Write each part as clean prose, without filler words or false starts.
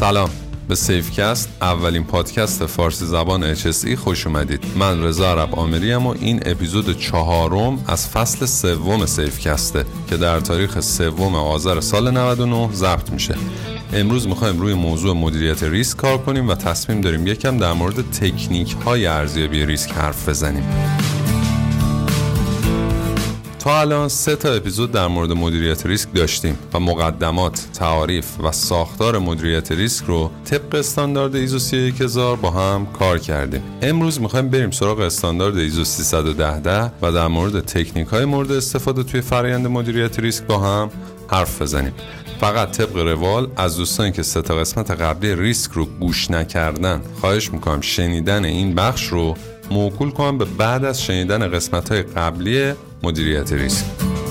سلام، به سیفکست، اولین پادکست فارسی زبان HSE خوش اومدید. من رضا عرب آمری ام و این اپیزود 4 از فصل 3 سیفکسته که در تاریخ 3 آذر سال 99 ضبط میشه. امروز میخوایم روی موضوع مدیریت ریسک کار کنیم و تصمیم داریم یکم در مورد تکنیک های ارزیابی ریسک حرف بزنیم. تا الان 3 اپیزود در مورد مدیریت ریسک داشتیم و مقدمات، تعاریف و ساختار مدیریت ریسک رو طبق استاندارد ایزو 31000 با هم کار کردیم. امروز میخوایم بریم سراغ استاندارد ایزو 310 و در مورد تکنیک های مورد استفاده توی فرآیند مدیریت ریسک با هم حرف بزنیم. فقط طبق روال از دوستانی که 3 قسمت قبلی ریسک رو گوش نکردن خواهش میکنم شنیدن این بخش رو موکول کنم به بعد از شنیدن قسمت‌های قبلی مدیریت ریسک.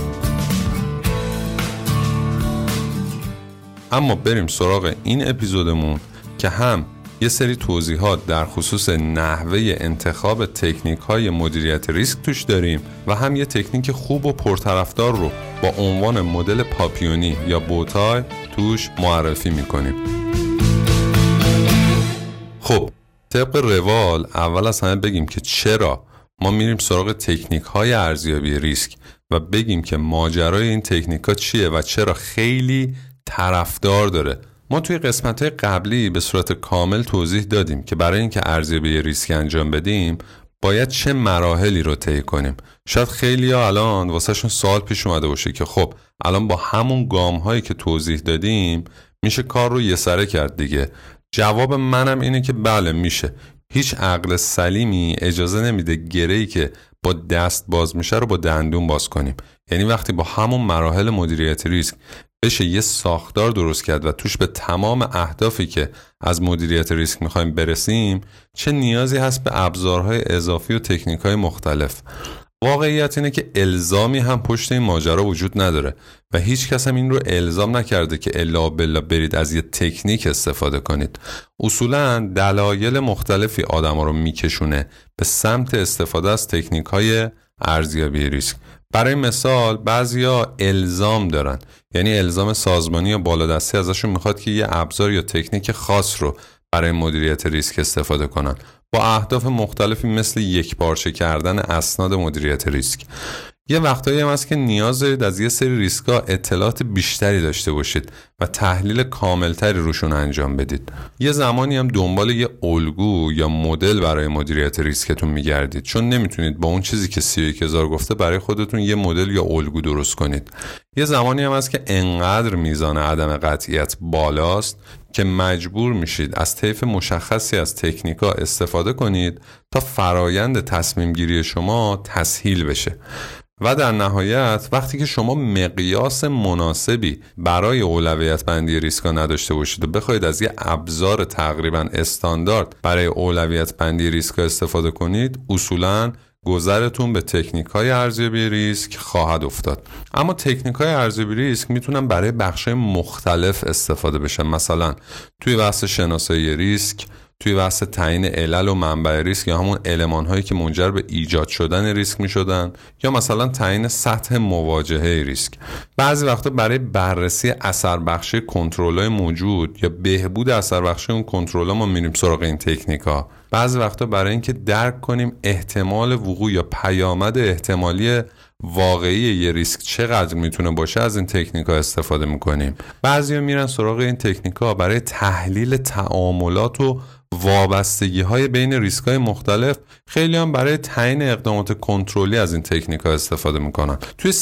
اما بریم سراغ این اپیزودمون که هم یه سری توضیحات در خصوص نحوه انتخاب تکنیک‌های مدیریت ریسک توش داریم و هم یه تکنیک خوب و پرطرفدار رو با عنوان مدل پاپیونی یا بوتای توش معرفی می‌کنیم. خب طبق روال اول از همه بگیم که چرا ما میریم سراغ تکنیک های ارزیابی ریسک و بگیم که ماجرای این تکنیک ها چیه و چرا خیلی طرفدار داره. ما توی قسمت های قبلی به صورت کامل توضیح دادیم که برای اینکه ارزیابی ریسک انجام بدیم باید چه مراحلی رو طی کنیم. شاید خیلی ها الان واسه شون سوال پیش اومده باشه که خب الان با همون گام هایی که توضیح دادیم میشه کار رو یه سره کرد دیگه. جواب منم اینه که بله میشه. هیچ عقل سلیمی اجازه نمیده گره‌ای که با دست باز میشه رو با دندون باز کنیم. یعنی وقتی با همون مراحل مدیریت ریسک بشه یه ساختار درست کرد و توش به تمام اهدافی که از مدیریت ریسک میخوایم برسیم چه نیازی هست به ابزارهای اضافی و تکنیک‌های مختلف. واقعیت اینه که الزامی هم پشت این ماجرا وجود نداره و هیچ کس هم این رو الزام نکرده که الا بالله برید از یه تکنیک استفاده کنید. اصولاً دلایل مختلفی آدما رو میکشونه به سمت استفاده از تکنیک‌های ارزیابی ریسک. برای مثال بعضیا الزام دارن، یعنی الزام سازمانی یا بالادستی ازشون میخواد که یه ابزار یا تکنیک خاص رو برای مدیریت ریسک استفاده کنن با اهداف مختلفی مثل یکپارچه کردن اسناد مدیریت ریسک. یه وقتایی هم هست که نیاز دارید از یه سری ریسک‌ها اطلاعات بیشتری داشته باشید و تحلیل کاملتری روشون انجام بدید. یه زمانی هم دنبال یه الگو یا مدل برای مدیریت ریسکتون میگردید، چون نمیتونید با اون چیزی که 31000 گفته برای خودتون یه مدل یا الگو درست کنید. یه زمانی هم هست که انقدر میزان عدم قطعیت بالاست که مجبور میشید از طیف مشخصی از تکنیک‌ها استفاده کنید تا فرایند تصمیم گیری شما تسهیل بشه. و در نهایت وقتی که شما مقیاس مناسبی برای اولویت بندی ریسک نداشته باشید و بخواید از یه ابزار تقریبا استاندارد برای اولویت بندی ریسک استفاده کنید، اصولاً گذرتون به تکنیک‌های ارزیابی ریسک خواهد افتاد. اما تکنیک‌های ارزیابی ریسک میتونن برای بخش‌های مختلف استفاده بشن. مثلا توی بحث شناسایی ریسک، توی بحث تعیین علل و منبع ریسک یا همون المان‌هایی که منجر به ایجاد شدن ریسک می‌شدن، یا مثلا تعیین سطح مواجهه ریسک. بعضی وقتا برای بررسی اثر بخشی کنترل‌های موجود یا بهبود اثر بخشی اون کنترل‌ها ما میریم سراغ این تکنیک‌ها. بعضی وقتا برای اینکه درک کنیم احتمال وقوع یا پیامد احتمالی واقعی یه ریسک چقدر میتونه باشه از این تکنیک‌ها استفاده می‌کنیم. بعضیا میرن سراغ این تکنیک‌ها برای تحلیل تعاملات و وابستگی‌های بین ریسک‌های مختلف. خیلی هم برای تعیین اقدامات کنترلی از این تکنیک‌ها استفاده می‌کنن. توی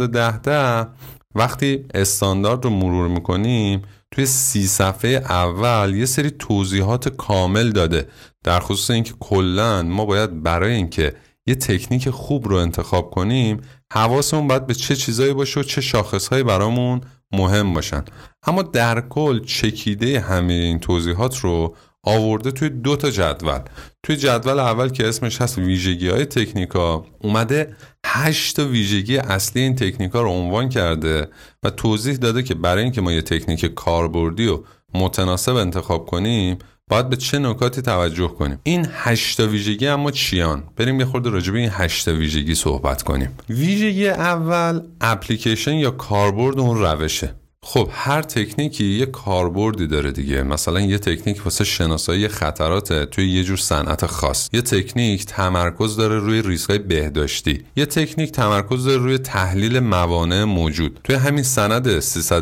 310 وقتی استاندارد رو مرور می‌کنیم توی 30 صفحه اول یه سری توضیحات کامل داده در خصوص اینکه کلاً ما باید برای اینکه یه تکنیک خوب رو انتخاب کنیم حواسمون باید به چه چیزایی باشه و چه شاخصهایی برامون مهم باشن. اما در کل چکیده همه این توضیحات رو آورده توی 2 جدول. توی جدول اول که اسمش هست ویژگی‌های تکنیکا، اومده 8 ویژگی اصلی این تکنیکا رو عنوان کرده و توضیح داده که برای اینکه ما یه تکنیک کاربردی و متناسب انتخاب کنیم باید به چه نکاتی توجه کنیم. این 8 ویژگی اما چیان؟ بریم یه خورده راجع به این 8 ویژگی صحبت کنیم. ویژگی اول اپلیکیشن یا کاربرد اون روشه. خب هر تکنیکی یه کاربردی داره دیگه. مثلا یه تکنیک واسه شناسایی خطرات توی یه جور صنعت خاص، یه تکنیک تمرکز داره روی ریسک‌های بهداشتی، یه تکنیک تمرکز داره روی تحلیل موانع موجود. توی همین سند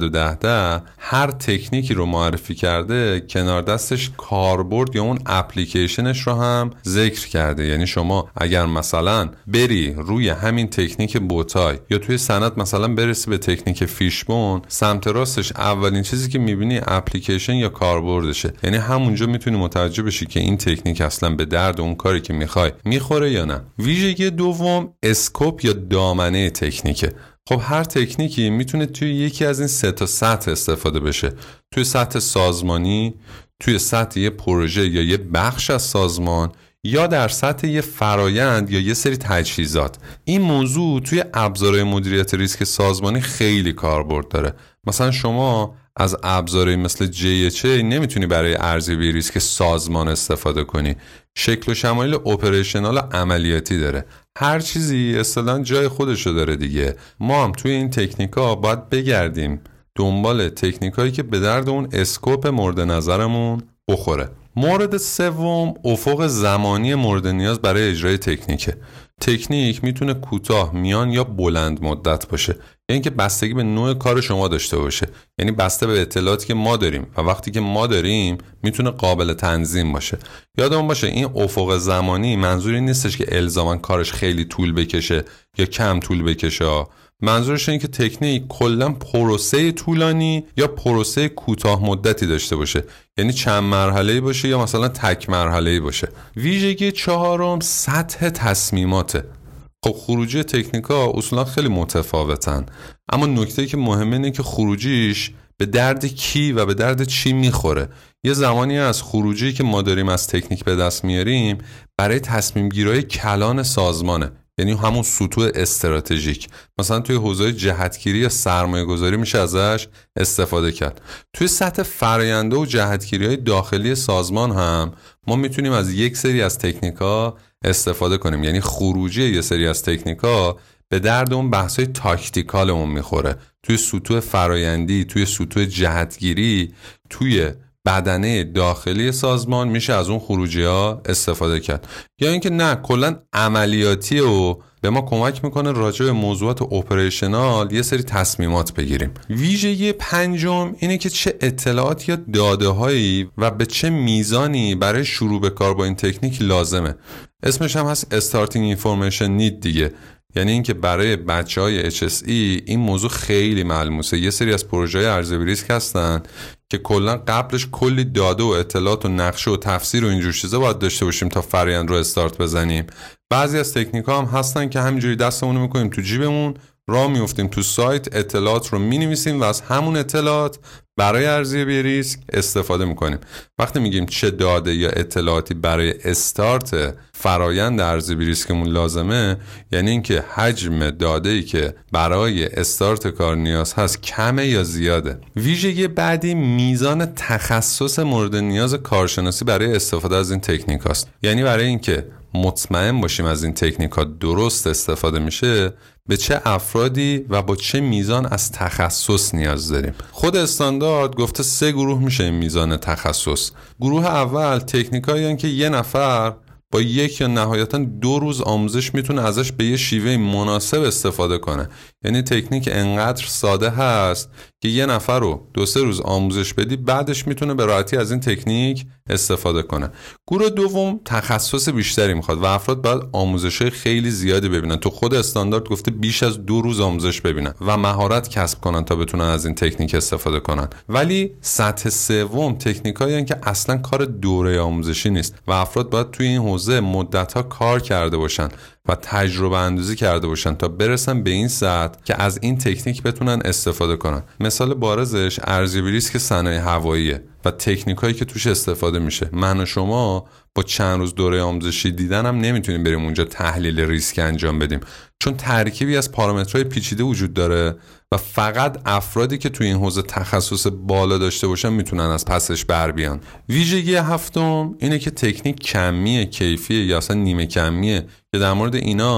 310 هر تکنیکی رو معرفی کرده، کنار دستش کاربرد یا اون اپلیکیشنش رو هم ذکر کرده. یعنی شما اگر مثلا بری روی همین تکنیک بوتای یا توی سند مثلا برسی به تکنیک فیشبون، سمت راستش اولین چیزی که میبینی اپلیکیشن یا کاربردشه. یعنی همونجا میتونی متوجه بشی که این تکنیک اصلا به درد اون کاری که میخوای میخوره یا نه. ویژگی دوم اسکوپ یا دامنه تکنیکه. خب هر تکنیکی میتونه توی یکی از این 3 تا سطح استفاده بشه. توی سطح سازمانی، توی سطح یه پروژه یا یه بخش از سازمان، یا در سطح یه فرایند یا یه سری تجهیزات. این موضوع توی ابزارهای مدیریت ریسک سازمانی خیلی کاربرد داره. مثلا شما از ابزاری مثل JHA نمیتونی برای ارزیابی ریسک سازمان استفاده کنی. شکل و شمایل اپریشنال و عملیاتی داره. هر چیزی اصلا جای خودشو داره دیگه. ما هم توی این تکنیکا باید بگردیم دنبال تکنیکایی که به درد اون اسکوپ مورد نظرمون بخوره. مورد سوم افق زمانی مورد نیاز برای اجرای تکنیکه. تکنیک میتونه کوتاه، میان یا بلند مدت باشه. یعنی که بستگی به نوع کار شما داشته باشه. یعنی بسته به اطلاعاتی که ما داریم و وقتی که ما داریم میتونه قابل تنظیم باشه. یادمون باشه این افق زمانی منظوری نیستش که الزاما کارش خیلی طول بکشه یا کم طول بکشه. منظورش اینه که تکنیک کلا پروسه طولانی یا پروسه کوتاه مدتی داشته باشه. یعنی چند مرحله‌ای باشه یا مثلا تک مرحله‌ای باشه. ویژگی چهارم سطح تصمیماته. خب خروجی تکنیکا اصولا خیلی متفاوتن، اما نکته‌ای که مهمه اینه که خروجیش به درد کی و به درد چی میخوره. یه زمانی از خروجی که ما داریم از تکنیک به دست میاریم برای تصمیم گیری کلان سازمانه. یعنی همون سطوح استراتژیک. مثلا توی حوزه جهتگیری یا سرمایه گذاری میشه ازش استفاده کرد. توی سطح فراینده و جهتگیری‌های داخلی سازمان هم ما میتونیم از یک سری از تکنیک‌ها استفاده کنیم. یعنی خروجی یه سری از تکنیک‌ها به درد اون بحث‌های تاکتیکالمون میخوره. توی سطوح فرایندی، توی سطوح جهتگیری، توی بدنه داخلی سازمان میشه از اون خروجی ها استفاده کرد. یا اینکه نه کلا عملیاتی و به ما کمک میکنه راجع به موضوعات اپریشنال یه سری تصمیمات بگیریم. ویژگی پنجم اینه که چه اطلاعات یا داده هایی و به چه میزانی برای شروع به کار با این تکنیک لازمه. اسمش هم هست Starting Information Need دیگه. یعنی اینکه برای بچهای HSE این موضوع خیلی ملموسه. یه سری از پروژه‌های ارزیابی ریسک هستن که کلا قبلش کلی داده و اطلاعات و نقشه و تفسیر و اینجور چیزا باید داشته باشیم تا فرآیند رو استارت بزنیم. بعضی از تکنیک‌ها هم هستن که همینجوری دستمون رو می‌کنیم تو جیبمون، راه میافتیم تو سایت، اطلاعات رو می‌نویسیم و از همون اطلاعات برای ارزیابی ریسک استفاده می‌کنیم. وقتی میگیم چه داده یا اطلاعاتی برای استارت فرآیند ارزیابی ریسکمون لازمه، یعنی اینکه حجم داده‌ای که برای استارت کار نیاز هست کمه یا زیاده. ویژگی بعدی میزان تخصص مورد نیاز کارشناسی برای استفاده از این تکنیک هست. یعنی برای اینکه مطمئن باشیم از این تکنیک ها درست استفاده میشه، به چه افرادی و با چه میزان از تخصص نیاز داریم. خود استاندارد گفته 3 گروه میشه این میزان تخصص. گروه اول تکنیکایی که یه نفر با 1 یا نهایتاً 2 روز آموزش میتونه ازش به یه شیوه مناسب استفاده کنه. یعنی تکنیک انقدر ساده هست که یه نفر رو 2-3 روز آموزش بدی، بعدش میتونه به راحتی از این تکنیک استفاده کنه. گروه دوم تخصص بیشتری میخواد و افراد باید آموزش‌های خیلی زیادی ببینن. تو خود استاندارد گفته بیش از 2 روز آموزش ببینن و مهارت کسب کنن تا بتونن از این تکنیک استفاده کنن. ولی سطح سوم تکنیکایی که اصلا کار دوره آموزشی نیست و افراد باید توی این حوزه مدت‌ها کار کرده باشن و تجربه اندوزی کرده باشن تا برسن به این سطح که از این تکنیک بتونن استفاده کنن. مثال بارزش ارزیابی ریسک صنایع هواییه و تکنیکایی که توش استفاده میشه. من و شما با چند روز دوره آموزشی دیدن هم نمیتونیم بریم اونجا تحلیل ریسک انجام بدیم، چون ترکیبی از پارامترهای پیچیده وجود داره و فقط افرادی که توی این حوزه تخصص بالا داشته باشن میتونن از پسش بر بیان. ویژگی هفتم اینه که تکنیک کمیه، کیفیه یا اصلا نیمه کمیه که در مورد اینا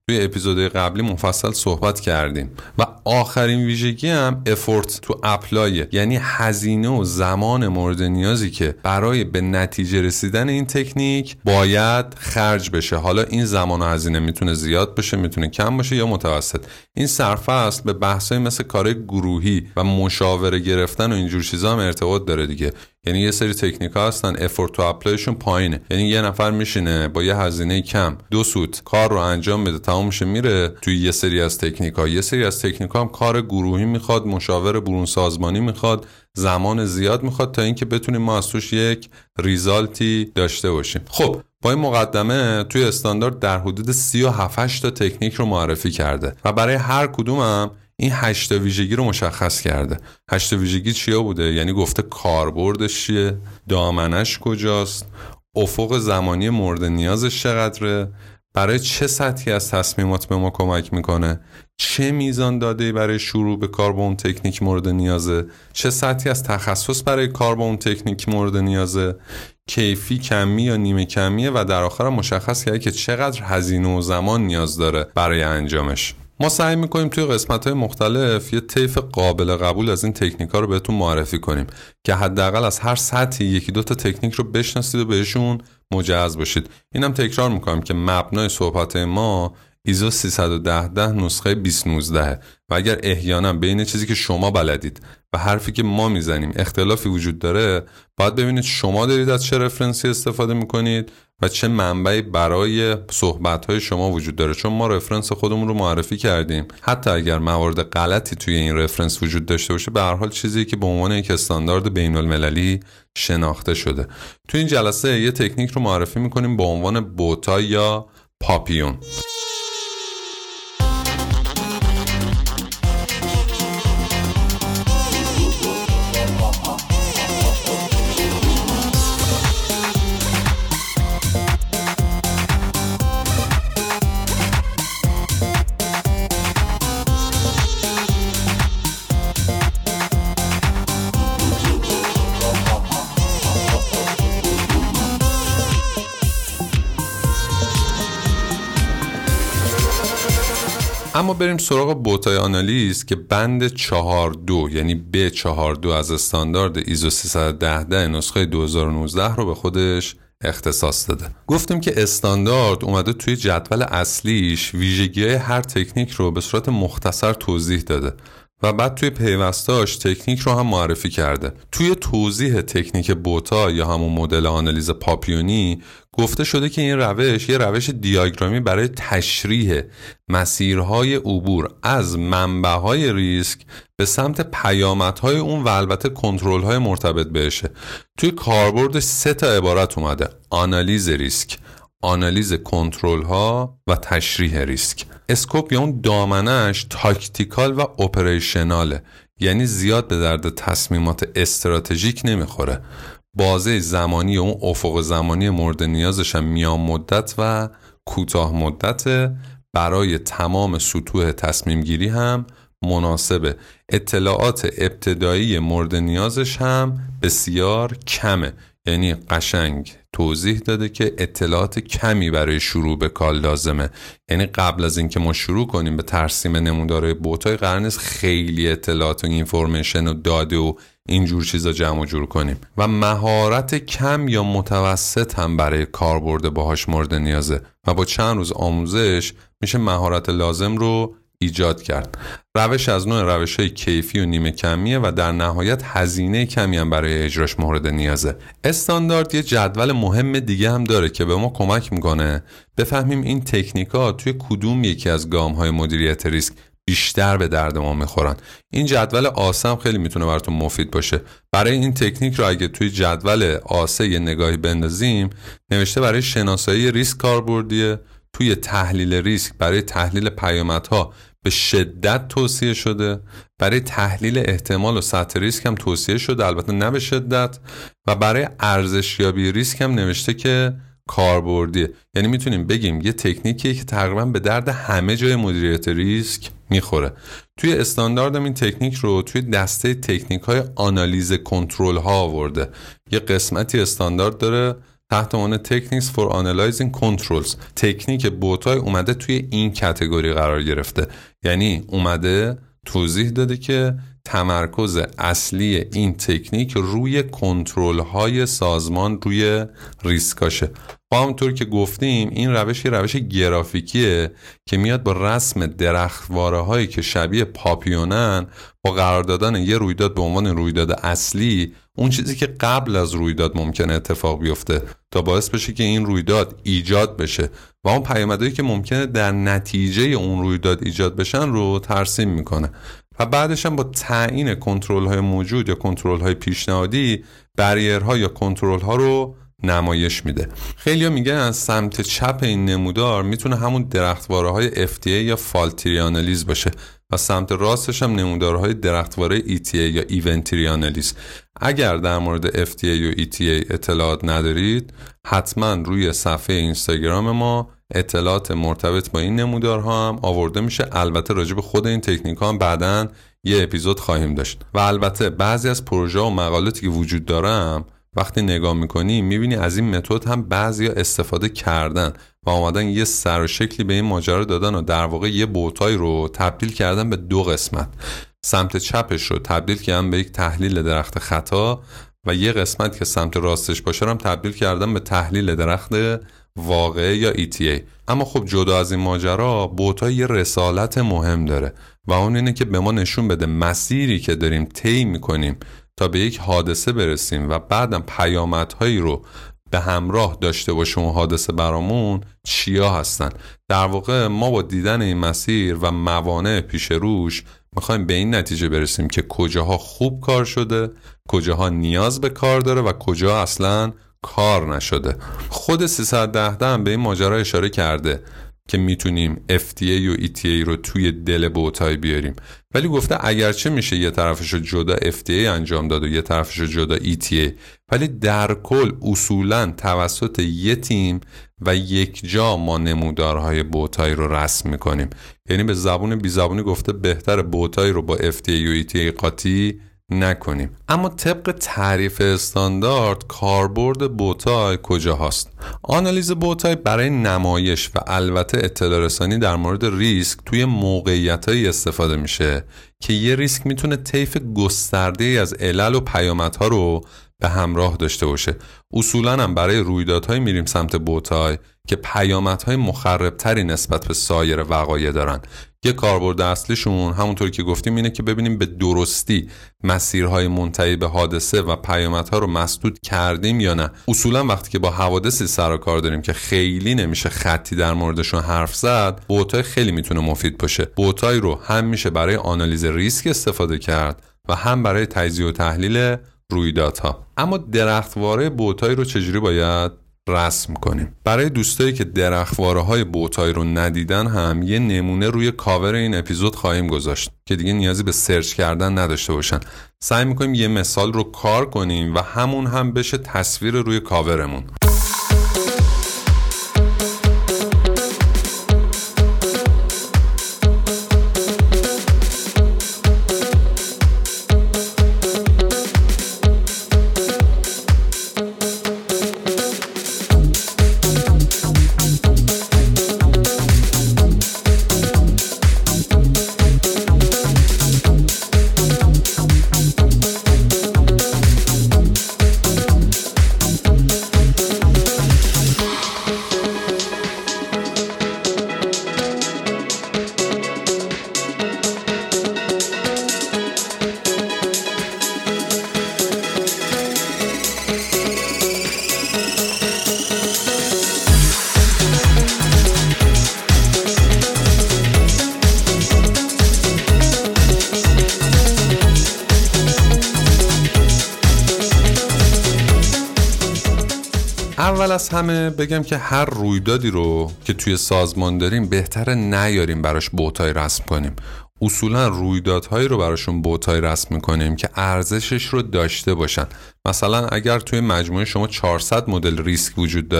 توی اپیزود قبلی مفصل صحبت کردیم. و آخرین ویژگی هم افورت تو اپلای، یعنی هزینه و زمان مورد نیازی که برای به نتیجه رسیدن این تکنیک باید خرج بشه. حالا این زمان و هزینه میتونه زیاد باشه، میتونه کم باشه یا متوسط. این سرفصل به بحثای مثل کار گروهی و مشاوره گرفتن و اینجور چیزا هم ارتباط داره دیگه. یعنی یه سری تکنیک‌ها هستن افورت تو اپلایشون پایینه، یعنی یه نفر میشینه با یه هزینه کم 2 سوت کار رو انجام بده، تمام میشه میره. توی یه سری از تکنیک‌ها، یه سری از تکنیک‌ها هم کار گروهی میخواد، مشاور برون سازمانی میخواد، زمان زیاد میخواد تا اینکه بتونیم ما از توش یک ریزالتی داشته باشیم. خب با این مقدمه توی استاندارد در حدود 37 تا تکنیک رو معرفی کرده و برای هر کدومم این 8 تا ویژگی رو مشخص کرده. 8 تا ویژگی چیا بوده؟ یعنی گفته کاربردش چیه، دامنش کجاست، افق زمانی مورد نیازش چقدره، برای چه سطحی از تصمیمات به ما کمک میکنه، چه میزان داده‌ای برای شروع به کار با اون تکنیک مورد نیازه، چه سطحی از تخصص برای کار با اون تکنیک مورد نیازه، کیفی، کمی یا نیمه کمیه و در آخر مشخص کرده که چقدر هزینه و زمان نیاز داره برای انجامش. ما سعی میکنیم توی قسمت‌های مختلف یه طیف قابل قبول از این تکنیک‌ها رو بهتون معرفی کنیم که حداقل از هر سطحی یکی دو تا تکنیک رو بشناسید و بهشون مجهز باشید. اینم تکرار میکنم که مبنای صحبت ما ایزو 310 نسخه 2019 و اگر احیانا بین چیزی که شما بلدید و حرفی که ما میزنیم اختلافی وجود داره، باید ببینید شما دارید از چه رفرنسی استفاده میکنید و چه منبعی برای صحبت‌های شما وجود داره. چون ما رفرنس خودمون رو معرفی کردیم، حتی اگر موارد غلطی توی این رفرنس وجود داشته باشه، به هر حال چیزی که به عنوان یک استاندارد بین‌المللی شناخته شده. توی این جلسه یه تکنیک رو معرفی میکنیم با عنوان بوتا یا پاپیون. اما بریم سراغ بوتای آنالیز که بند 4.2 یعنی B4.2 از استاندارد ایزو 310 نسخه 2019 رو به خودش اختصاص داده. گفتیم که استاندارد اومده توی جدول اصلیش ویژگی‌های هر تکنیک رو به صورت مختصر توضیح داده و بعد توی پیوستاش تکنیک رو هم معرفی کرده. توی توضیح تکنیک بوتا یا همون مدل آنالیز پاپیونی گفته شده که این روش یه روش دیاگرامی برای تشریح مسیرهای عبور از منبعهای ریسک به سمت پیامدهای اون و البته کنترل‌های مرتبط بهشه. توی کاربردش 3 تا عبارت اومده: آنالیز ریسک، آنالیز کنترل‌ها و تشریح ریسک. اسکوپ یا اون دامنش تاکتیکال و اپریشناله، یعنی زیاد به درد تصمیمات استراتژیک نمیخوره. بازه زمانی اون افق زمانی مورد نیازش هم میان مدت و کوتاه مدته. برای تمام سطوح تصمیم گیری هم مناسبه. اطلاعات ابتدایی مورد نیازش هم بسیار کمه، یعنی قشنگ توضیح داده که اطلاعات کمی برای شروع به کار لازمه. یعنی قبل از اینکه ما شروع کنیم به ترسیم نمودارهای بوتای قرار نیست خیلی اطلاعات و اینفورمیشن و داده و اینجور چیزا جمع جور کنیم و مهارت کم یا متوسط هم برای کاربرد باهاش مورد نیازه و با چند روز آموزش میشه مهارت لازم رو ایجاد کرد. روش از نوع روش‌های کیفی و نیمه کمیه و در نهایت هزینه کمی هم برای اجراش مورد نیازه. استاندارد یه جدول مهم دیگه هم داره که به ما کمک میکنه بفهمیم این تکنیک‌ها توی کدوم یکی از گام‌های مدیریت ریسک بیشتر به درد ما میخورن. این جدول آسم خیلی میتونه براتون مفید باشه. برای این تکنیک رو اگه توی جدول آسه یه نگاهی بندازیم، نوشته برای شناسایی ریسک کاربردیه، توی تحلیل ریسک برای تحلیل پیامدها به شدت توصیه شده، برای تحلیل احتمال و سطح ریسک هم توصیه شده، البته نه به شدت، و برای ارزشیابی ریسک هم نوشته که کاربردیه. یعنی میتونیم بگیم یه تکنیکیه که تقریبا به درد همه جای مدیریت ریسک میخوره. توی استانداردم این تکنیک رو توی دسته تکنیک‌های آنالیز کنترل ها آورده. یه قسمتی استاندارد داره تحت عنوان Techniques for Analyzing Controls. تکنیک بوتای اومده توی این کاتگوری قرار گرفته، یعنی اومده توضیح داده که تمرکز اصلی این تکنیک روی کنترل های سازمان روی ریسکاشه. با همونطور که گفتیم این روش یه روش گرافیکیه که میاد با رسم درختواره هایی که شبیه پاپیونن، با قرار دادن یه رویداد به عنوان رویداد اصلی، اون چیزی که قبل از رویداد ممکنه اتفاق بیفته تا باعث بشه که این رویداد ایجاد بشه و اون پیامدهایی که ممکنه در نتیجه اون رویداد ایجاد بشن رو ترسیم میکنه و بعدش هم با تعیین کنترل های موجود یا کنترل های پیشنهادی بریرها یا کنترل ها رو نمایش میده. خیلی‌ها میگن از سمت چپ این نمودار میتونه همون درختواره های FTA یا فالت تری آنالیز باشه و سمت راستش هم نمودارهای درختواره ETA یا ایونت تری آنالیز. اگر در مورد FTA یا ETA اطلاعات ندارید، حتما روی صفحه اینستاگرام ما اطلاعات مرتبط با این نمودارها هم آورده میشه. البته راجع به خود این تکنیک ها هم بعداً یه اپیزود خواهیم داشت. و البته بعضی از پروژه و مقالاتی که وجود دارم وقتی نگاه میکنی میبینی از این متد هم بعضیا استفاده کردن و اومدن یه سر و شکلی به این ماجرا دادن و در واقع یه بوتای رو تبدیل کردن به دو قسمت. سمت چپش رو تبدیل کردن به یک تحلیل درخت خطا و یه قسمت که سمت راستش باشه هم تبدیل کردن به تحلیل درخت واقعه یا ETA. اما خب جدا از این ماجرا بوتا یه رسالت مهم داره و اون اینه که به ما نشون بده مسیری که داریم طی میکنیم تا به یک حادثه برسیم و بعدم پیامدهایی رو به همراه داشته باشیم و حادثه برامون چیا هستن. در واقع ما با دیدن این مسیر و موانع پیش روش میخوایم به این نتیجه برسیم که کجاها خوب کار شده، کجاها نیاز به کار داره و کجا اصلاً کار نشده. خود 310 هم به این ماجرا اشاره کرده که میتونیم FTA و ETA رو توی دل بوتای بیاریم، ولی گفته اگرچه میشه یه طرفشو جدا FTA انجام داد و یه طرفشو جدا ETA، ولی در کل اصولاً توسط یه تیم و یک جا ما نمودارهای بوتای رو رسم میکنیم. یعنی به زبون بی زبونی گفته بهتر بوتای رو با FTA و ETA قاطی نکنیم. اما طبق تعریف استاندارد کاربرد بوتای کجا هست؟ آنالیز بوتای برای نمایش و البته اطلاع رسانی در مورد ریسک توی موقعیتایی استفاده میشه که یه ریسک میتونه طیف گسترده‌ای از علل و پیامدها رو به همراه داشته باشه. اصولاً هم برای رویدادهای میریم سمت بوتای که پیامدهای مخربتری نسبت به سایر وقایع دارن. یه کاربرد اصلیشون همونطور که گفتیم اینه که ببینیم به درستی مسیرهای منتهی به حادثه و پیامدها رو مسدود کردیم یا نه. اصولا وقتی که با حوادثی سر و کار داریم که خیلی نمیشه خطی در موردشون حرف زد، بوتای خیلی میتونه مفید باشه. بوتای رو هم میشه برای آنالیز ریسک استفاده کرد و هم برای تجزیه و تحلیل رویدادها. اما درختواره بوتای رو چجوری باید رسم کنیم؟ برای دوستایی که درختواره‌های بوتای رو ندیدن هم یه نمونه روی کاور این اپیزود خواهیم گذاشت که دیگه نیازی به سرچ کردن نداشته باشن. سعی می‌کنیم یه مثال رو کار کنیم و همون هم بشه تصویر روی کاورمون. اول از همه بگم که هر رویدادی رو که توی سازمان داریم بهتره نیاریم براش بوتای رسم کنیم. اصولا رویدادهایی رو براشون بوتای رسم میکنیم که ارزشش رو داشته باشن. مثلا اگر توی مجموعه شما 400 مدل ریسک وجود داره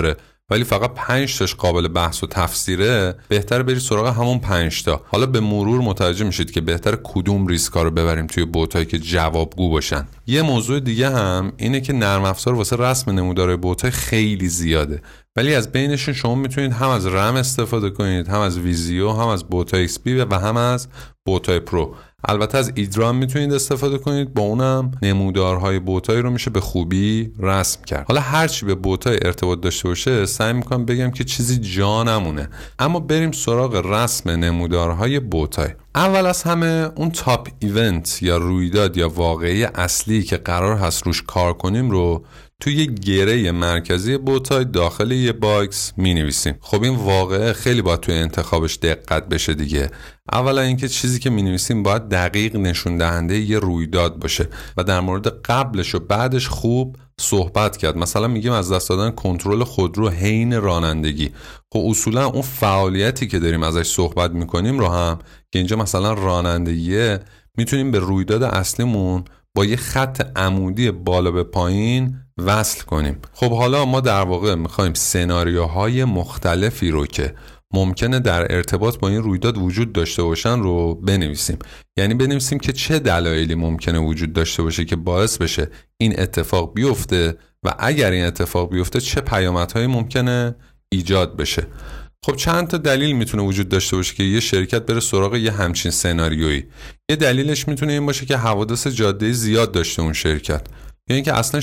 ولی فقط 5 تاش قابل بحث و تفسیره، بهتره بری سراغ همون 5 تا. حالا به مرور متوجه میشید که بهتره کدوم ریسکا رو ببریم توی بوتایی که جوابگو باشن. یه موضوع دیگه هم اینه که نرم افزار واسه رسم نمودارهای بوتای خیلی زیاده، ولی از بینشون شما میتونید هم از رم استفاده کنید، هم از ویزیو، هم از بوتای XP و هم از بوتای پرو. البته از ایدرام میتونید استفاده کنید، با اونم نمودارهای بوتای رو میشه به خوبی رسم کرد. حالا هرچی به بوتای ارتباط داشته باشه سعی میکنم بگم که چیزی جا نمونه. اما بریم سراغ رسم نمودارهای بوتای. اول از همه اون تاپ ایونت یا رویداد یا واقعی اصلی که قرار هست روش کار کنیم رو توی یه گره مرکزی بوتای داخل یه باکس می نویسیم. خب این واقعه خیلی باید توی انتخابش دقت بشه دیگه. اولا اینکه چیزی که می نویسیم باید دقیق نشون دهنده یه رویداد باشه و در مورد قبلش و بعدش خوب صحبت کرد. مثلا میگیم از دست دادن کنترل خودرو حین رانندگی. خب اصولا اون فعالیتی که داریم ازش صحبت میکنیم رو هم که اینجا مثلا رانندگیه میتونیم به رویداد اصلیمون با یه خط عمودی بالا به پایین وصل کنیم. خب حالا ما در واقع میخوایم سناریوهای مختلفی رو که ممکنه در ارتباط با این رویداد وجود داشته باشن رو بنویسیم. یعنی بنویسیم که چه دلایلی ممکنه وجود داشته باشه که باعث بشه این اتفاق بیفته و اگر این اتفاق بیفته چه پیامدهایی ممکنه ایجاد بشه. خب چند تا دلیل میتونه وجود داشته باشه که یه شرکت بره سراغ یه همچین سناریویی. یه دلیلش میتونه این باشه که حوادث جاده‌ای زیاد داشته اون شرکت، یا اینکه اصلا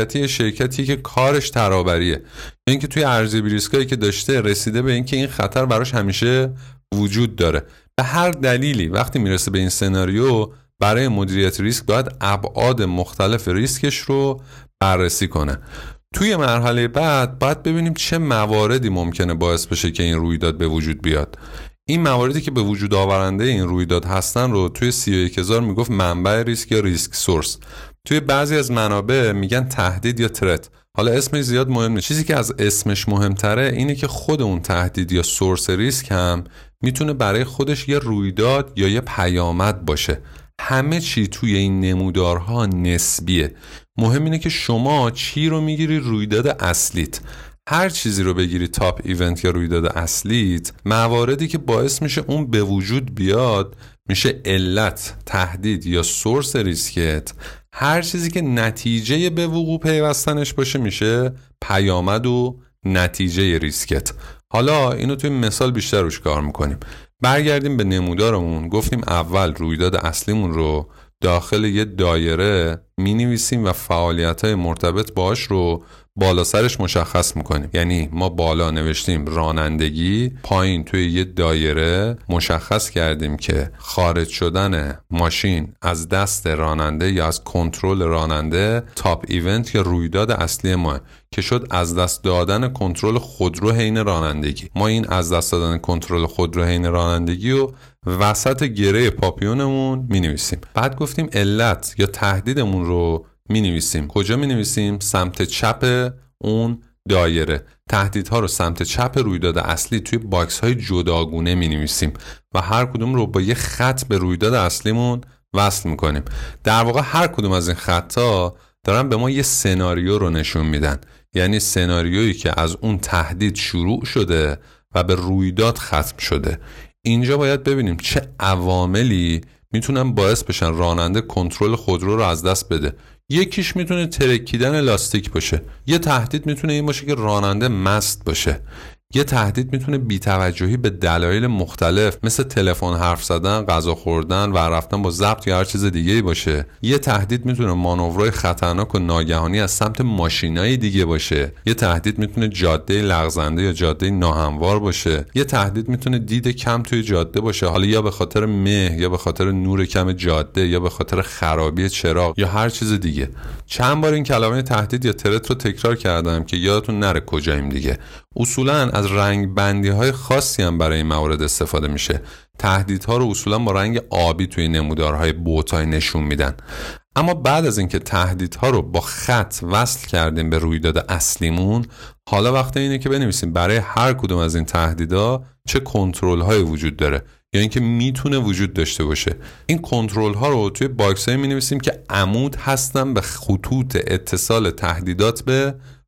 شرکتی که کارش ترابریه، یا اینکه توی ارزیابی ریسکایی که داشته رسیده به اینکه این خطر براش همیشه وجود داره. به هر دلیلی وقتی میرسه به این سناریو برای مدیریت ریسک باید ابعاد مختلف ریسکش رو بررسی کنه. توی مرحله بعد باید ببینیم چه مواردی ممکنه باعث بشه که این رویداد به وجود بیاد. این مواردی که به وجود آورنده این رویداد هستن رو توی 31000 میگفت منبع ریسک یا ریسک سورس. توی بعضی از منابع میگن تهدید یا ترت. حالا اسمش زیاد مهم نیست. چیزی که از اسمش مهمتره اینه که خود اون تهدید یا سورس ریسک هم میتونه برای خودش یه رویداد یا یه پیامد باشه. همه چی توی این نمودارها نسبیه. مهم اینه که شما چی رو میگیری رویداد اصلیت. هر چیزی رو بگیری تاپ ایونت یا رویداد اصلیت، مواردی که باعث میشه اون به وجود بیاد میشه علت، تهدید یا سورس ریسکت. هر چیزی که نتیجه به وقوع پیوستنش باشه میشه پیامد و نتیجه ریسکت. حالا اینو توی مثال بیشتر روش کار میکنیم. برگردیم به نمودارمون. گفتیم اول رویداد اصلیمون رو داخل یه دایره می نویسیم و فعالیت‌های مرتبط باش رو بالا سرش مشخص میکنیم. یعنی ما بالا نوشتیم رانندگی، پایین توی یه دایره مشخص کردیم که خارج شدن ماشین از دست راننده یا از کنترل راننده تاپ ایونت یا رویداد اصلی ما که شد از دست دادن کنترل خودرو حین رانندگی. ما این از دست دادن کنترل خودرو حین رانندگی و وسط گره پاپیونمون می نویسیم. بعد گفتیم علت یا تهدیدمون رو می نویسیم. کجا می نویسیم؟ سمت چپ اون دایره. تهدیدها رو سمت چپ رویداد اصلی توی باکس های جداگونه می نویسیم و هر کدوم رو با یه خط به رویداد اصلیمون وصل می کنیم. در واقع هر کدوم از این خطا دارن به ما یه سناریو رو نشون میدن. یعنی سناریویی که از اون تهدید شروع شده و به رویداد ختم شده. اینجا باید ببینیم چه عواملی میتونن باعث بشن راننده کنترل خودرو رو از دست بده. یکیش میتونه ترکیدن لاستیک باشه. یه تهدید میتونه این باشه که راننده مست باشه. یه تهدید میتونه بی‌توجهی به دلایل مختلف مثل تلفن حرف زدن، غذا خوردن و رفتن با ضبط یا هر چیز دیگه‌ای باشه. یه تهدید میتونه مانورهای خطرناک و ناگهانی از سمت ماشینای دیگه باشه. یه تهدید میتونه جاده لغزنده یا جاده ناهموار باشه. یه تهدید میتونه دید کم توی جاده باشه، حالا یا به خاطر مه یا به خاطر نور کم جاده یا به خاطر خرابی چراغ یا هر چیز دیگه. چند بار این کلمه تهدید یا ترت رو تکرار کردم که یادتون نره کجاییم دیگه. اصولاً از رنگ بندی های خاصی هم برای این موارد استفاده میشه. تهدیدها رو اصولاً با رنگ آبی توی نمودارهای بوتای نشون میدن. اما بعد از اینکه تهدیدها رو با خط وصل کردیم به رویداد اصلیمون، حالا وقت اینه که بنویسیم برای هر کدوم از این تهدیدها چه کنترل های وجود داره یا اینکه میتونه وجود داشته باشه. این کنترل ها رو توی باکس های می نویسیم که عمود هستن به خطوط اتصال تهدیدات به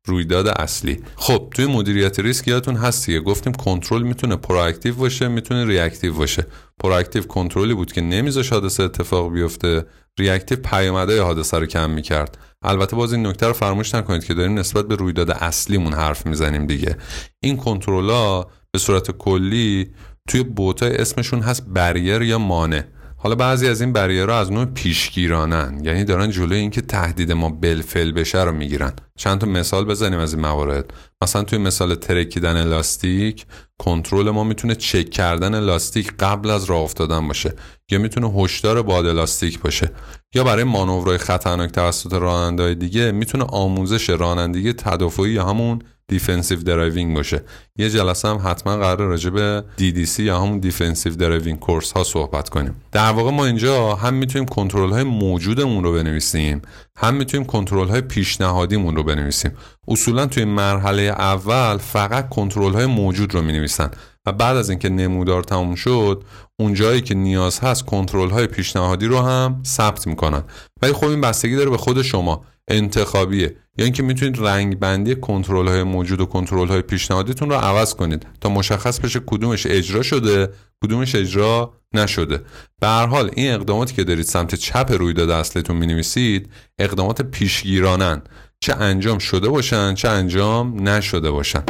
رویداد اصلی. خب توی مدیریت ریسک یادتون هست دیگه، گفتیم کنترل میتونه پرواکتیو باشه، میتونه ریاکتیو باشه. پرواکتیو کنترلی بود که نمیذاش حادثه اتفاق بیفته، ریاکتیو پیامدهای حادثه رو کم میکرد. البته باز این نکته رو فراموش نکنید که داریم نسبت به رویداد اصلیمون حرف میزنیم دیگه. این کنترل‌ها به صورت کلی توی بوت‌های اسمشون هست بریر یا مانع. حالا بعضی از این بریرها از نوع پیشگیرانن، یعنی دارن جلوی اینکه تهدید ما بالفعل بشه رو میگیرن. چند تا مثال بزنیم از این موارد. مثلا توی مثال ترکیدن الاستیک، کنترل ما میتونه چک کردن الاستیک قبل از راه افتادن باشه، یا میتونه هشدار باد الاستیک باشه، یا برای مانورهای خطرناک توسط راننده‌های دیگه میتونه آموزش رانندگی تدافعی یا همون دیفنسیو درایوینگ باشه. یه جلسه هم حتما قراره راجع به DDC یا همون دیفنسیو درایوینگ کورس ها صحبت کنیم. در واقع ما اینجا هم میتونیم کنترل های موجودمون رو بنویسیم، هم میتونیم کنترل های پیشنهادیمون رو بنویسیم. اصولا توی مرحله اول فقط کنترل های موجود رو مینویسن و بعد از اینکه نمودار تموم شد، اون جایی که نیاز هست کنترل های پیشنهادی رو هم ثبت میکنن. ولی خب این بستگی داره به خود شما، انتخابیه، یا اینکه میتونید رنگ بندی کنترل های موجود و کنترل های پیشنهادیتون رو عوض کنید تا مشخص بشه کدومش اجرا شده، کدومش اجرا نشده. به هر حال این اقداماتی که دارید سمت چپ رویداد اصلیتون مینویسید اقدامات پیشگیرانن، چه انجام شده باشن چه انجام نشده باشن.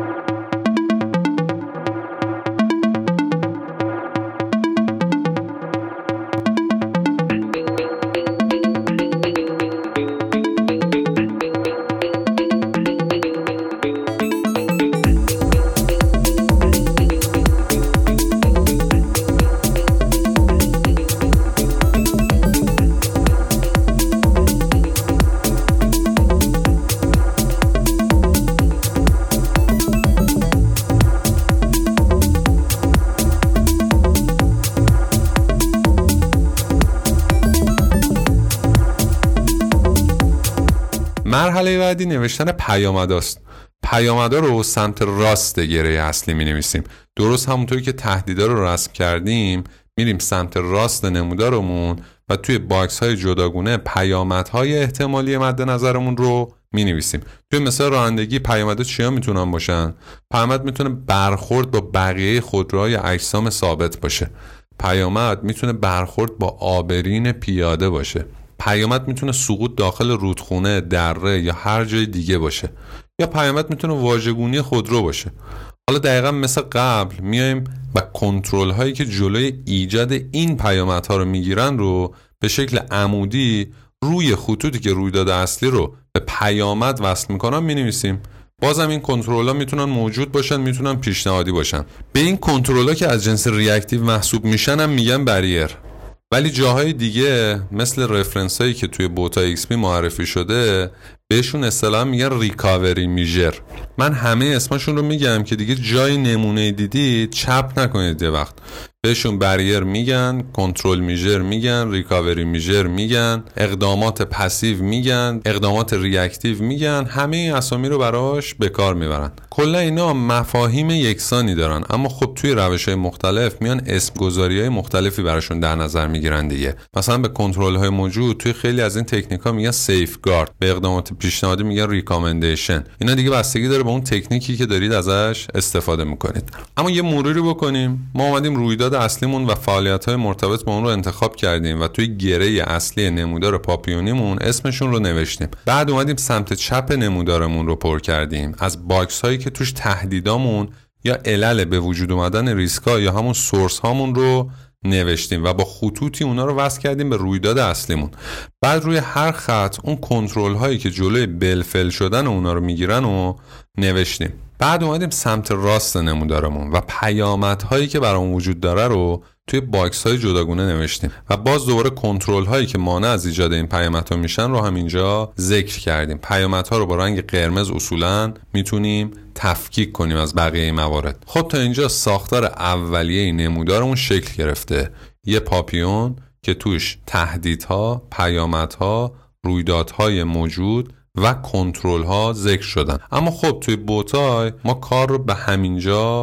مرحله بعدی نوشتن پیامداست. پیامدا رو سمت راست گره اصلی می نویسیم. درست همونطوری که تهدیدا رو رسم کردیم میریم سمت راست نمودارمون و توی باکس های جداگونه پیامدهای احتمالی مد نظرمون رو می نویسیم. توی مثال رانندگی پیامدها چیا میتونن باشن؟ پیامد میتونه برخورد با بقیه خودروهای اجسام ثابت باشه. پیامد میتونه برخورد با عابرین پیاده باشه. پیامد میتونه سقوط داخل رودخونه، دره یا هر جای دیگه باشه. یا پیامد میتونه واژگونی خودرو باشه. حالا دقیقا مثل قبل میایم و کنترل هایی که جلوی ایجاد این پیامدها رو میگیرن رو به شکل عمودی روی خطوطی که رویداد اصلی رو به پیامد وصل میکنن مینویسیم. بازم این کنترل ها میتونن موجود باشن، میتونن پیشنهادی باشن. به این کنترل ها که از جنس ریاکتیو محسوب میشن هم میگن بریر. ولی جاهای دیگه مثل رفرنس هایی که توی بوتا XP معرفی شده بهشون اصطلاحاً میگن ریکاوری میژر. من همه اسمشون رو میگم که دیگه جای نمونه دیدید چپ نکنید. یه وقت بهشون بریر میگن، کنترل میژر میگن، ریکاوری میژر میگن، اقدامات پسیو میگن، اقدامات ریاکتیو میگن. همه این اسامی رو براش به کار میبرن. کلا اینا مفاهیم یکسانی دارن، اما خب توی روش‌های مختلف میان اسم گذاری‌های مختلفی براشون در نظر میگیرن دیگه. مثلا به کنترل‌های موجود توی خیلی از این تکنیک‌ها میگن سیفگارد، به اقدامات پیشنهادی میگن ریکامندیشن. اینا دیگه بستگی داره به اون تکنیکی که دارید ازش استفاده میکنید. اما یه مروری بکنیم. ما اومدیم رویداد اصلیمون و فعالیت‌های مرتبط با اون رو انتخاب کردیم و توی گره اصلی نمودار پاپیونیمون اسمشون رو نوشتیم. بعد اومدیم سمت چپ نمودارمون رو پر کردیم از باکس هایی که توش تهدیدامون یا علل به وجود اومدن ریسکا یا همون سورس هامون رو نوشتیم و با خطوطی اونا رو وصل کردیم به رویداد اصلیمون. بعد روی هر خط اون کنترل هایی که جلوی بالفعل شدن اونا رو میگیرن و نوشتیم. بعد اومدیم سمت راست نمودارمون و پیامدهایی که برامون وجود داره رو توی باکس های جداگونه نوشتیم و باز دوباره کنترل هایی که مانع از ایجاد این پیامدها میشن رو هم اینجا ذکر کردیم. پیامدها رو با رنگ قرمز اصولاً میتونیم تفکیک کنیم از بقیه موارد. خب تا اینجا ساختار اولیه نمودارمون شکل گرفته. یه پاپیون که توش تهدیدها، پیامدها، رویدادهای موجود و کنترل ها ذکر شدن. اما خب توی بوتای ما کار رو به همینجا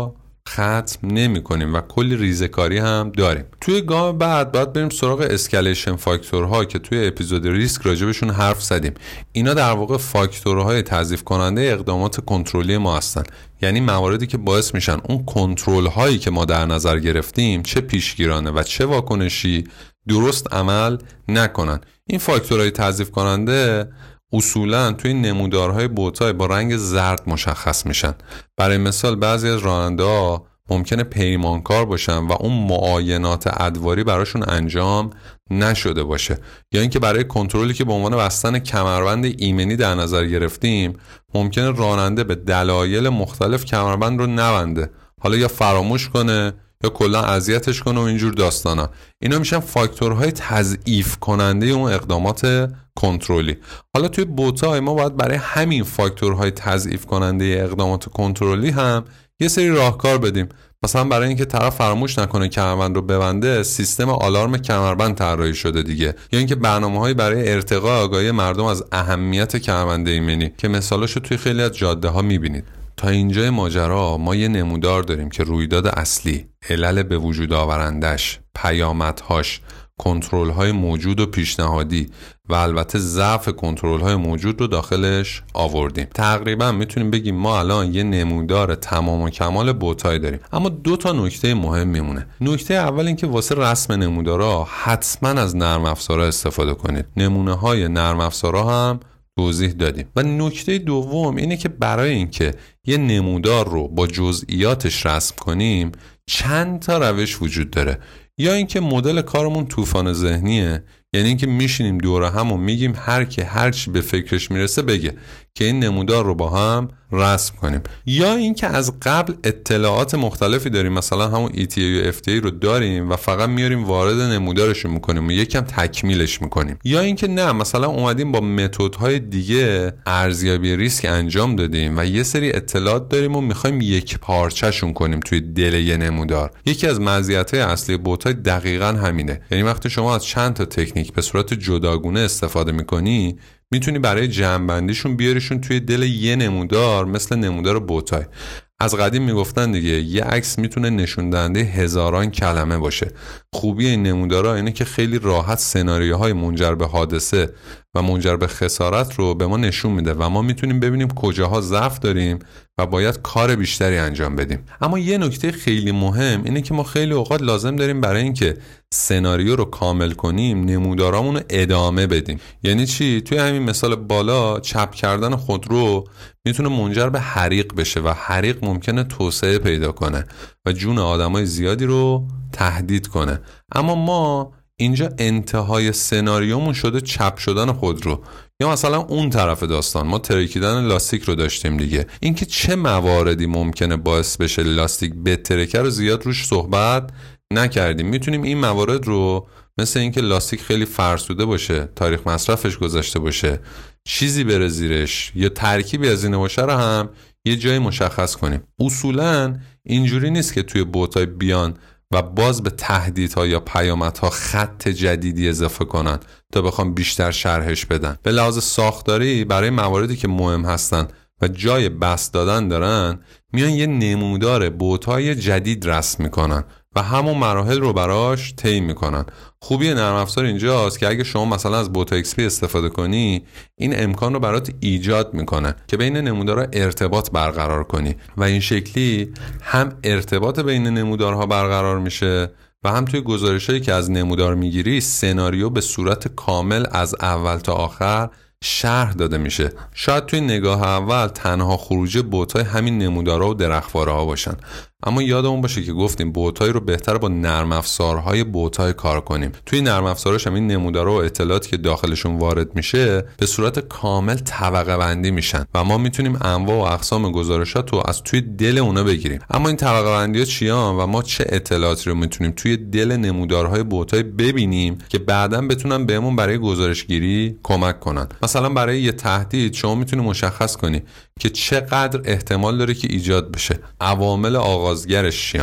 ختم نمی کنیم و کلی ریزکاری هم داریم. توی گام بعد باید بریم سراغ اسکلیشن فاکتورها که توی اپیزود ریسک راجبشون حرف زدیم. اینا در واقع فاکتورهای تضعیف کننده اقدامات کنترلی ما هستن، یعنی مواردی که باعث میشن اون کنترل هایی که ما در نظر گرفتیم چه پیشگیرانه و چه واکنشی درست عمل نکنن. این فاکتورهای تضعیف کننده اصولاً توی نمودارهای بوتای با رنگ زرد مشخص میشن. برای مثال بعضی از راننده‌ها ممکنه پیمانکار باشن و اون معاینات ادواری براشون انجام نشده باشه، یا اینکه برای کنترلی که به عنوان بستن کمربند ایمنی در نظر گرفتیم ممکنه راننده به دلایل مختلف کمربند رو نبنده، حالا یا فراموش کنه یا کلا اذیتش کنه و اینجور داستانا. اینا میشن فاکتورهای تضعیف کننده اون اقدامات کنترلی. حالا توی بوتای ما باید برای همین فاکتورهای تضعیف کننده اقدامات کنترلی هم یه سری راهکار بدیم. مثلا برای اینکه طرف فراموش نکنه کمربند رو ببنده، سیستم آلارم کمربند طراحی شده دیگه، یا اینکه برنامه‌هایی برای ارتقاء آگاهی مردم از اهمیت کمربند ایمنی که مثالاشو توی خیلی از جاده‌ها می‌بینید. تا اینجای ماجرا ما یه نمودار داریم که رویداد اصلی، علل به وجود آورندش، پیامدهاش، کنترل‌های موجود و پیشنهادی و البته ضعف کنترل‌های موجود رو داخلش آوردیم. تقریبا میتونیم بگیم ما الان یه نمودار تمام و کمال بوتای داریم. اما 2 نکته مهم میمونه. نکته اول این که واسه رسم نمودارها حتما از نرم افزارها استفاده کنید. نمونه‌های نرم افزارها هم توضیح دادیم. و نکته دوم اینه که برای اینکه یه نمودار رو با جزئیاتش رسم کنیم چند تا روش وجود داره. یا اینکه مدل کارمون طوفان ذهنیه، یعنی اینکه میشینیم دور هم و میگیم هر کی هر چی به فکرش میرسه بگه که این نمودار رو با هم رسم کنیم. یا اینکه از قبل اطلاعات مختلفی داریم، مثلا همون ETA و FTA رو داریم و فقط میاریم وارد نمودارش میکنیم و یکم تکمیلش میکنیم. یا اینکه نه، مثلا اومدیم با متدهای دیگه ارزیابی ریسک انجام دادیم و یه سری اطلاعات داریم و میخوایم یک پارچه‌شون کنیم توی دل یه نمودار. یکی از مزیت‌های اصلی بوت‌های دقیقاً همینه. یعنی وقتی شما از چند تا تکنیک به صورت جداگونه استفاده میکنی، میتونی برای جمع‌بندیشون بیاریشون توی دل یه نمودار، مثل نمودار بوتای. از قدیم میگفتن دیگه یه عکس میتونه نشون دهنده هزاران کلمه باشه. خوبی این نمودارها اینه که خیلی راحت سناریوهای منجر به حادثه و منجر به خسارت رو به ما نشون میده و ما میتونیم ببینیم کجاها ضعف داریم و باید کار بیشتری انجام بدیم. اما یه نکته خیلی مهم اینه که ما خیلی اوقات لازم داریم برای اینکه سناریو رو کامل کنیم نمودارامون رو ادامه بدیم. یعنی چی؟ توی همین مثال بالا چپ کردن خودرو میتونه منجر به حریق بشه و حریق ممکنه توسعه پیدا کنه و جون آدمای زیادی رو تهدید کنه. اما ما اینجا انتهای سناریومون شده چپ شدن خودرو، یا مثلا اون طرف داستان ما ترکیدن لاستیک رو داشتیم دیگه. اینکه چه مواردی ممکنه باعث بشه لاستیک بترکه رو زیاد روش صحبت نکردیم. میتونیم این موارد رو مثل اینکه لاستیک خیلی فرسوده باشه، تاریخ مصرفش گذشته باشه، چیزی بره زیرش یا ترکیبی از این باشه رو هم یه جای مشخص کنیم. اصولاً اینجوری نیست که توی بوتای بیان و باز به تهدیدها یا پیامدها خط جدیدی اضافه کنن تا بخوام بیشتر شرحش بدن. به لحاظ ساختاری برای مواردی که مهم هستن و جای بس دادن دارن میان یه نمودار بوتای جدید رسم میکنن و همون مراحل رو براش طی میکنن. خوبی نرم افزار اینجاست که اگه شما مثلا از بوتا XP استفاده کنی این امکان رو برات ایجاد میکنه که بین نمودارها ارتباط برقرار کنی و این شکلی هم ارتباط بین نمودارها برقرار میشه و هم توی گزارشایی که از نمودار میگیری سناریو به صورت کامل از اول تا آخر شرح داده میشه. شاید توی نگاه اول تنها خروج بوتای همین نمودارها و درختوارها باشن، اما یادمون باشه که گفتیم بوتای رو بهتر با نرم افزارهای بوتای کار کنیم. توی نرم افزارش همین نمودارها و اطلاعاتی که داخلشون وارد میشه به صورت کامل طبقه بندی میشن و ما میتونیم انواع و اقسام گزارشات رو از توی دل اونا بگیریم. اما این طبقه بندی‌ها چیان و ما چه اطلاعاتی رو میتونیم توی دل نمودارهای بوتای ببینیم که بعداً بتونن بهمون برای گزارشگیری کمک کنن. مثلا برای یه تهدید شما میتونی مشخص کنی که چقدر احتمال داره که ایجاد بشه، عوامل آغازگرش چیان،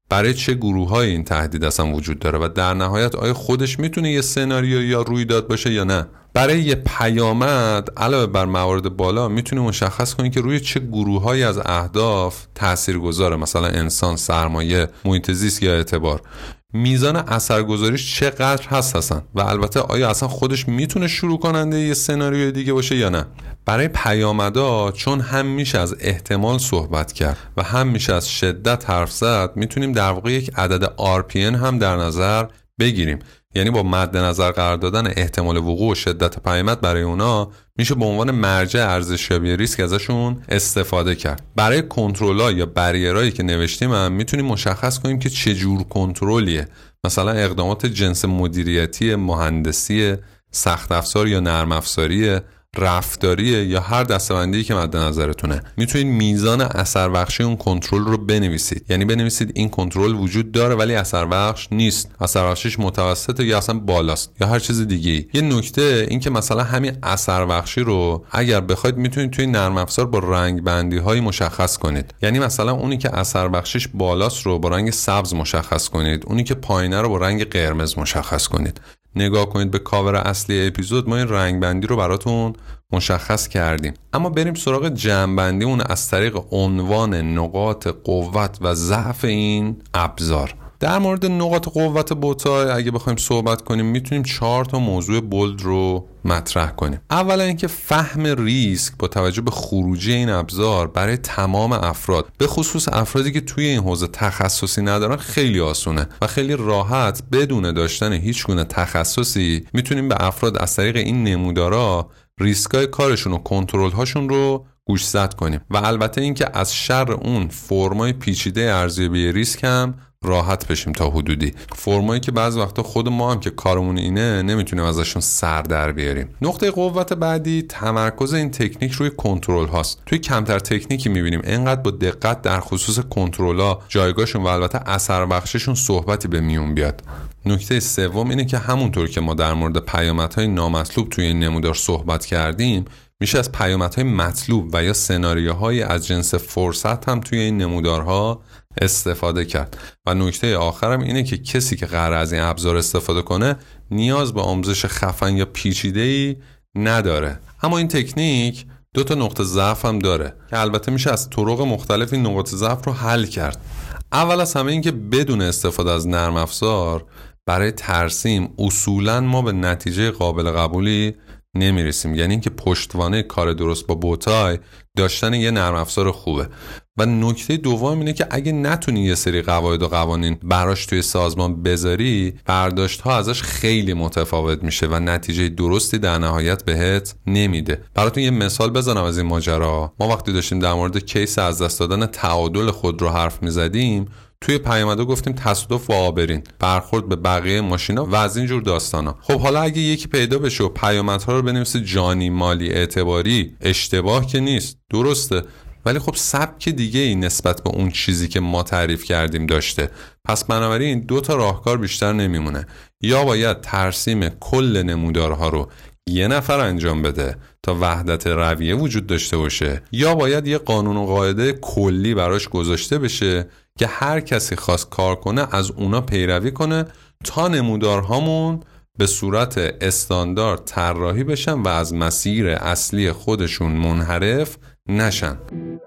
برای چه گروه‌های این تهدید اصلا وجود داره و در نهایت آیا خودش میتونه یه سناریو یا رویداد باشه یا نه. برای یه پیامد علاوه بر موارد بالا میتونی مشخص کنی که روی چه گروه‌هایی از اهداف تأثیر گذاره، مثلا انسان، سرمایه، محیط زیست یا اعتبار. میزان اثرگذاریش چقدر هست اصلا و البته آیا اصلا خودش میتونه شروع کننده یه سناریوی دیگه باشه یا نه. برای پیامدها چون هم میشه از احتمال صحبت کرد و هم میشه از شدت حرف زد، میتونیم در واقع یک عدد RPN هم در نظر بگیریم. یعنی با مد نظر قرار دادن احتمال وقوع و شدت پیامد برای اونا میشه به عنوان مرجع ارزشیابی ریسک ازشون استفاده کرد. برای کنترل‌ها یا بریرایی که نوشتیم هم میتونیم مشخص کنیم که چه جور کنترلیه، مثلا اقدامات جنس مدیریتی، مهندسی، سخت افزار یا نرم افزاری، رفتاریه یا هر دسته‌بندی که مد نظرتونه. میتونید میزان اثر بخشی اون کنترل رو بنویسید، یعنی بنویسید این کنترل وجود داره ولی اثر بخش نیست، اثر بخشش متوسطه یا اصلا بالاست یا هر چیز دیگه. یه نکته این که مثلا همین اثر بخشی رو اگر بخواید میتونید توی نرم افزار با رنگ بندی های مشخص کنید. یعنی مثلا اونی که اثر بخشش بالاست رو با رنگ سبز مشخص کنید، اونی که پایینه رو با رنگ قرمز مشخص کنید. نگاه کنید به کاور اصلی اپیزود، ما این رنگ بندی رو براتون مشخص کردیم. اما بریم سراغ جمع‌بندی اون از طریق عنوان نقاط قوت و ضعف این ابزار. در مورد نقاط قوت بوتای اگه بخوایم صحبت کنیم میتونیم 4 تا موضوع بولد رو مطرح کنیم. اولا اینکه فهم ریسک با توجه به خروجی این ابزار برای تمام افراد، به خصوص افرادی که توی این حوزه تخصصی ندارن، خیلی آسونه و خیلی راحت بدون داشتن هیچ گونه تخصصی میتونیم به افراد از طریق این نمودارا ریسکای کارشون و کنترل هاشون رو گوشزد کنیم و البته اینکه از شر اون فرمای پیچیده ارزیابی ریسک هم راحت بشیم تا حدودی، فرمایی که بعض وقتا خود ما هم که کارمون اینه نمیتونیم ازشون سر در بیاریم. نقطه قوت بعدی تمرکز این تکنیک روی کنترل هاست. توی کمتر تکنیکی میبینیم اینقدر با دقت در خصوص کنترل ها، جایگاهشون و البته اثر بخششون صحبتی به میون بیاد. نکته سوم اینه که همونطور که ما در مورد پیامدهای نامطلوب توی این نمودار صحبت کردیم، میشه از پیامدهای مطلوب و یا سناریوهای از جنس فرصت هم توی این نمودارها استفاده کرد. و نکته آخرم اینه که کسی که قراره از این ابزار استفاده کنه نیاز به آموزش خفن یا پیچیده‌ای نداره. اما این تکنیک 2 تا نقطه ضعف هم داره که البته میشه از طرق مختلف این نقاط ضعف رو حل کرد. اول از همه این که بدون استفاده از نرم افزار برای ترسیم اصولاً ما به نتیجه قابل قبولی نمیرسیم. یعنی اینکه پشتوانه کار درست با بوتای داشتن یه نرم افزار خوبه. و نکته دوم اینه که اگه نتونی یه سری قواعد و قوانین براش توی سازمان بذاری، برداشت ها ازش خیلی متفاوت میشه و نتیجه درستی در نهایت بهت نمیده. براتون یه مثال بزنم از این ماجرا. ما وقتی داشتیم در مورد کیس از دست دادن تعادل خودرو حرف میزدیم، توی پیامدها گفتیم تصادف و آبرین، برخورد به بقیه ماشینا و از این جور داستانا. خب حالا اگه یکی پیدا بشه و پیامدها رو بنویسه جانی، مالی، اعتباری، اشتباه که نیست، درسته، ولی خب سبک دیگه ای نسبت به اون چیزی که ما تعریف کردیم داشته. پس بنابراین 2 تا راهکار بیشتر نمیمونه. یا باید ترسیم کل نمودارها رو یه نفر انجام بده تا وحدت رویه وجود داشته باشه، یا باید یه قانون و قاعده کلی براش گذاشته بشه که هر کسی خواست کار کنه از اونا پیروی کنه تا نمودارهامون به صورت استاندارد طراحی بشن و از مسیر اصلی خودشون منحرف نشن.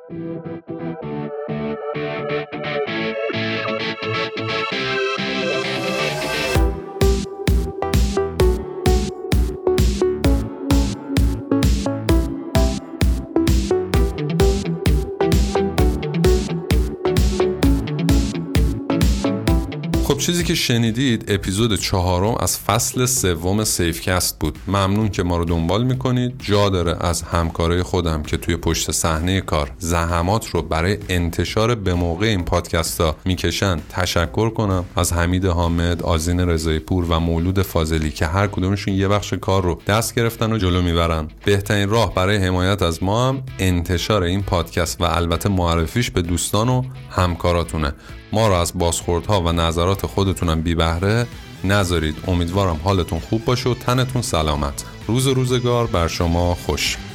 خب چیزی که شنیدید اپیزود 4 از فصل 3 سیفکست بود. ممنون که ما رو دنبال میکنید. جا داره از همکارای خودم که توی پشت صحنه کار زحمات رو برای انتشار به موقع این پادکست ها میکشن تشکر کنم. از حمید حامد، آذین رضایی پور و مولود فاضلی که هر کدومشون یه بخش کار رو دست گرفتن و جلو میبرن. بهترین راه برای حمایت از ما هم انتشار این پادکست و البته معرفیش به دوستان و همکاراتونه. ما رو از بازخوردها و نظرات خودتونم بی بهره نذارید. امیدوارم حالتون خوب باشه و تنتون سلامت. روزگار بر شما خوش.